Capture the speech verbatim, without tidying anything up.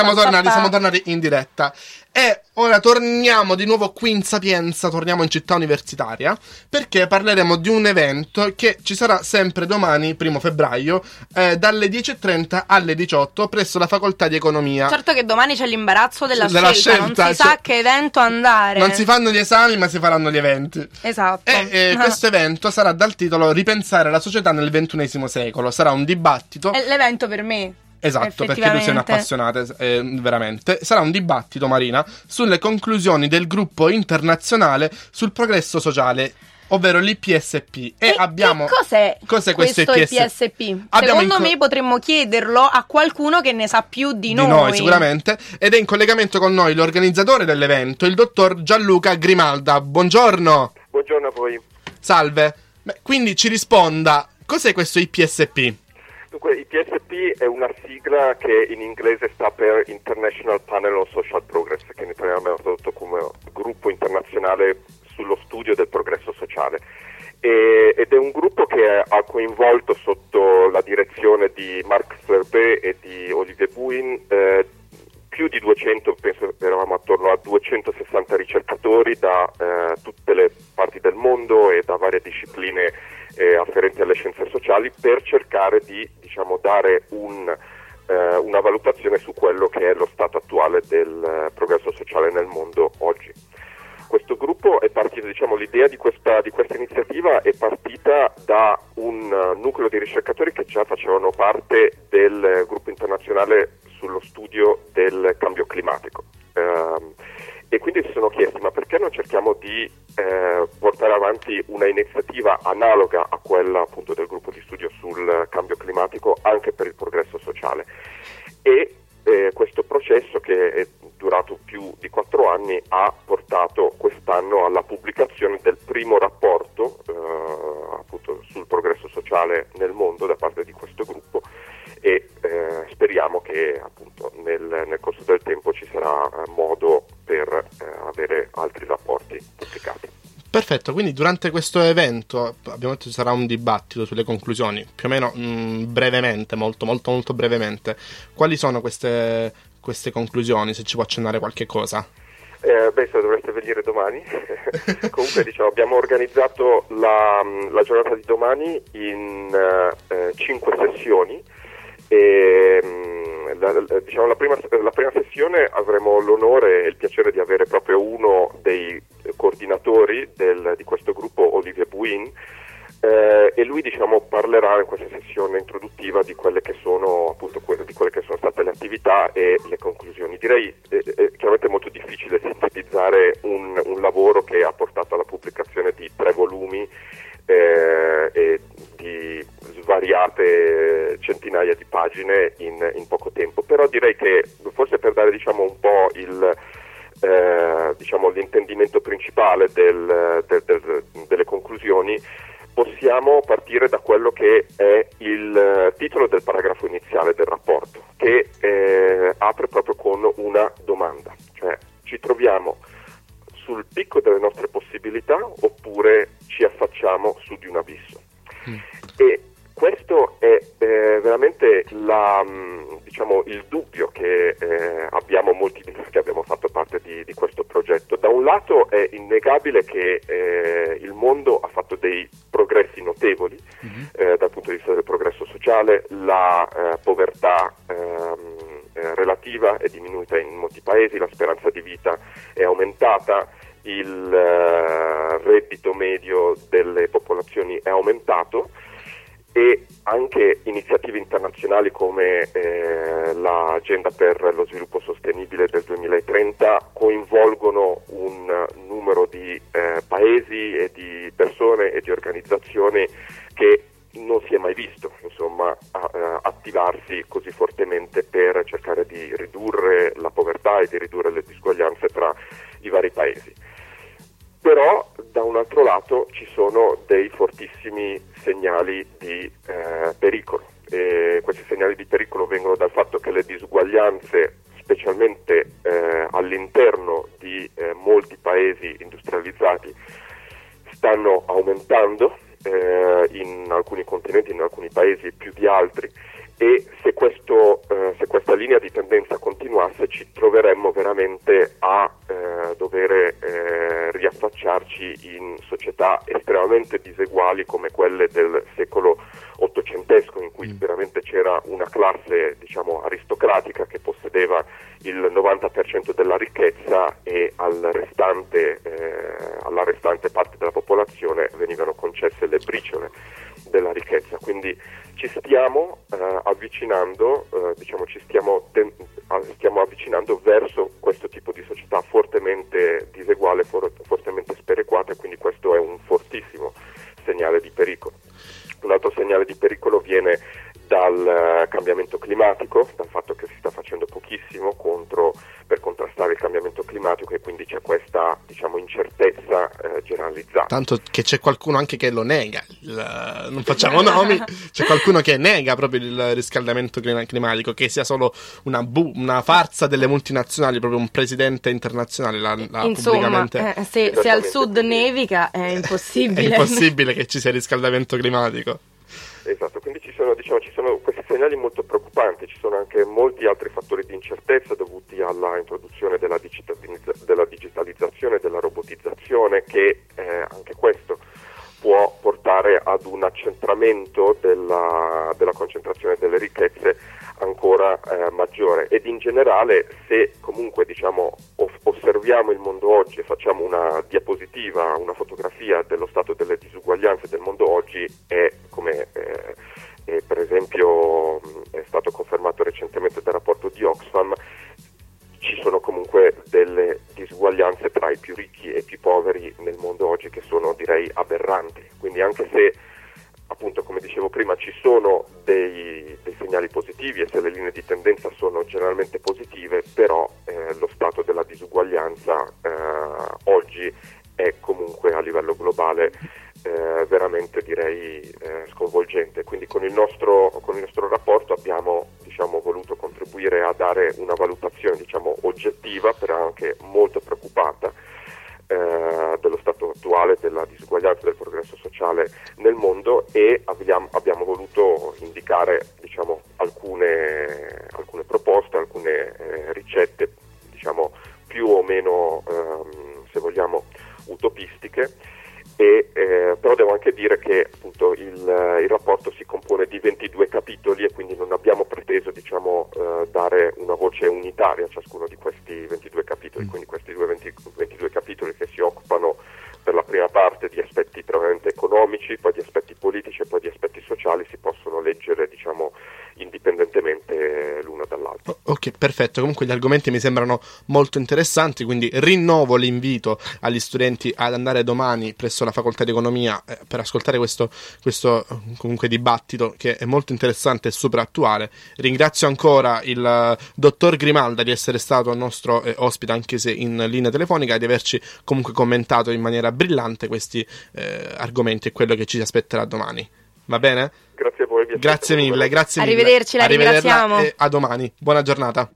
Siamo tornati, siamo tornati in diretta e ora torniamo di nuovo qui in Sapienza, torniamo in città universitaria perché parleremo di un evento che ci sarà sempre domani, primo febbraio, eh, dalle dieci e trenta alle diciotto presso la facoltà di economia. Certo che domani c'è l'imbarazzo della, della scelta, scelta, non si cioè, sa che evento andare. Non si fanno gli esami ma si faranno gli eventi. Esatto. E eh, questo evento sarà dal titolo Ripensare la società nel ventunesimo secolo, sarà un dibattito. È l'evento per me. Esatto, perché tu sei un'appassionata, eh, veramente. Sarà un dibattito, Marina, sulle conclusioni del gruppo internazionale sul progresso sociale, ovvero l'I P S P. E, e abbiamo... che cos'è, cos'è questo I P S P? I P S P? Abbiamo Secondo co- me potremmo chiederlo a qualcuno che ne sa più di, di noi. noi, sicuramente. Ed è in collegamento con noi l'organizzatore dell'evento, il dottor Gianluca Grimalda. Buongiorno. Buongiorno a voi. Salve. Beh, quindi ci risponda, cos'è questo I P S P? Dunque, I P S P è una sigla che in inglese sta per International Panel on Social Progress, che in italiano abbiamo tradotto come gruppo internazionale sullo studio del progresso sociale. E, ed è un gruppo che ha coinvolto sotto la direzione di Marc Sverbet e di Olivier Bouin eh, più di duecento, penso eravamo attorno a duecentosessanta ricercatori da eh, tutte le parti del mondo e da varie discipline eh, afferenti alle scienze sociali, per cercare di, diciamo, dare un, eh, una valutazione su quello che è lo stato attuale del eh, progresso sociale nel mondo oggi. Questo gruppo è partito, diciamo, l'idea di questa, di questa iniziativa è partita da un uh, nucleo di ricercatori che già facevano parte del uh, gruppo internazionale sullo studio del cambio climatico. Uh, e quindi si sono chiesti: ma perché non cerchiamo di uh, portare avanti una iniziativa analoga a quella appunto del gruppo di studio sul cambio climatico anche per il progresso sociale? E eh, questo processo, che è durato più di quattro anni, ha portato quest'anno alla pubblicazione del primo rapporto eh, appunto sul progresso sociale nel mondo da parte di questo gruppo, e eh, speriamo che appunto nel, nel corso del tempo ci sarà eh, modo per eh, avere altri rapporti pubblicati. Perfetto, quindi durante questo evento abbiamo detto ci sarà un dibattito sulle conclusioni, più o meno mh, brevemente, molto molto molto brevemente. Quali sono queste, queste conclusioni, se ci può accennare qualche cosa? Eh, beh, se dovreste venire domani. Comunque, diciamo, abbiamo organizzato la, la giornata di domani in eh, cinque sessioni. E, la, la, diciamo, la, prima, la prima sessione avremo l'onore e il piacere di avere proprio uno dei coordinatori del, di questo gruppo, Olivier Bouin, eh, e lui, diciamo, parlerà in questa sessione introduttiva di quelle che sono appunto quelle, di quelle che sono state le attività e le conclusioni. Direi eh, è chiaramente molto difficile sintetizzare un, un lavoro che ha portato alla pubblicazione di tre volumi eh, e di svariate centinaia di pagine in, in poco tempo, però direi che forse per dare, diciamo, un po' il eh, diciamo l'intendimento principale del, del, del, delle conclusioni, possiamo partire da quello che è il titolo del paragrafo iniziale del rapporto, che eh, apre proprio con una domanda, cioè: ci troviamo sul picco delle nostre possibilità oppure ci affacciamo su di un abisso? Mm. E questo è eh, veramente la, diciamo, il dubbio che eh, abbiamo molti di noi che abbiamo fatto parte di, di questo progetto. Da un lato è innegabile che eh, il mondo ha fatto dei progressi notevoli mm-hmm. eh, dal punto di vista del progresso sociale, la eh, povertà ehm, eh, relativa è diminuita in molti paesi, la speranza di vita è aumentata, il eh, reddito medio delle popolazioni è aumentato, e anche iniziative internazionali come eh, l'Agenda per lo sviluppo sostenibile del duemilatrenta coinvolgono un numero di eh, paesi e di persone e di organizzazioni che non si è mai visto, insomma, a, a attivarsi così fortemente per cercare di ridurre la povertà e di ridurre le disuguaglianze tra i vari paesi. Però da un altro lato ci sono dei fortissimi segnali di eh, pericolo, e questi segnali di pericolo vengono dal fatto che le disuguaglianze, specialmente eh, all'interno di eh, molti paesi industrializzati, stanno aumentando eh, in alcuni continenti, in alcuni paesi più di altri, e se, questo, eh, se questa linea di tendenza continuasse forse ci troveremmo veramente a eh, dover eh, riaffacciarci in società estremamente diseguali come quelle del secolo ottocentesco, in cui mm. veramente c'era una classe, diciamo, aristocratica che possedeva il novanta per cento della ricchezza e al restante, eh, alla restante parte della popolazione venivano concesse le briciole della ricchezza. Quindi ci stiamo eh, avvicinando, eh, diciamo ci stiamo, ten- stiamo avvicinando verso questo tipo di società fortemente diseguale, for- fortemente sperequata, e quindi questo è un fortissimo segnale di pericolo. Un altro segnale di pericolo viene dal uh, cambiamento climatico, dal fatto che si sta facendo pochissimo contro, per contrastare il cambiamento climatico, e quindi c'è questa, diciamo, incertezza eh, generalizzata. Tanto che c'è qualcuno anche che lo nega, il, non facciamo nomi, c'è qualcuno che nega proprio il riscaldamento climatico, che sia solo una, bu- una farsa delle multinazionali, proprio un presidente internazionale l'ha, l'ha Insomma, pubblicamente... eh, se, se al sud nevica è impossibile. È impossibile che ci sia riscaldamento climatico. Esatto, quindi ci sono, diciamo, ci sono questi segnali molto preoccupanti. Ci sono anche molti altri fattori di incertezza dovuti alla introduzione della, digitalizza- della digitalizzazione, della robotizzazione, che eh, anche questo può portare ad un accentramento della, della concentrazione delle ricchezze ancora eh, maggiore. Ed in generale, se comunque, diciamo, osserviamo il mondo oggi e facciamo una diapositiva, una fotografia dello stato delle disuguaglianze del mondo oggi, è come eh, è per esempio è stato confermato recentemente dal rapporto di Oxfam, ci sono comunque delle disuguaglianze tra i più ricchi e i più poveri nel mondo oggi che sono, direi, aberranti. Quindi anche se, appunto, come dicevo prima, ci sono dei, dei segnali positivi e se le linee di tendenza sono generalmente positive, però eh, lo stato della disuguaglianza eh, oggi è comunque a livello globale eh, veramente, direi, eh, sconvolgente. Quindi con il nostro, con il nostro rapporto abbiamo, diciamo, voluto contribuire a dare una valutazione, diciamo, oggettiva, però anche molto preoccupata, Eh, dello stato attuale della disuguaglianza, del progresso sociale nel mondo, e abbiamo, abbiamo voluto indicare, diciamo, alcune, alcune proposte, alcune eh, ricette, diciamo, più o meno, ehm, se vogliamo, utopistiche. E, eh, però devo anche dire che, appunto, il, il rapporto si compone di ventidue capitoli e quindi non abbiamo preteso, diciamo, eh, dare una voce unitaria a ciascuno di questi ventidue capitoli. Quindi questi due venti, ventidue capitoli che si occupano per la prima parte di aspetti prevalentemente economici, poi di aspetti politici e poi di aspetti sociali si possono leggere, diciamo, indipendentemente l'uno dall'altro. Ok, perfetto. Comunque gli argomenti mi sembrano molto interessanti, quindi rinnovo l'invito agli studenti ad andare domani presso la facoltà di economia eh, per ascoltare questo, questo comunque dibattito che è molto interessante e super attuale. Ringrazio ancora il uh, dottor Grimalda di essere stato nostro eh, ospite, anche se in linea telefonica, e di averci comunque commentato in maniera brillante questi eh, argomenti e quello che ci aspetterà domani. Va bene? Grazie a voi. Grazie mille, grazie mille. Arrivederci, la ringraziamo. E a domani. Buona giornata.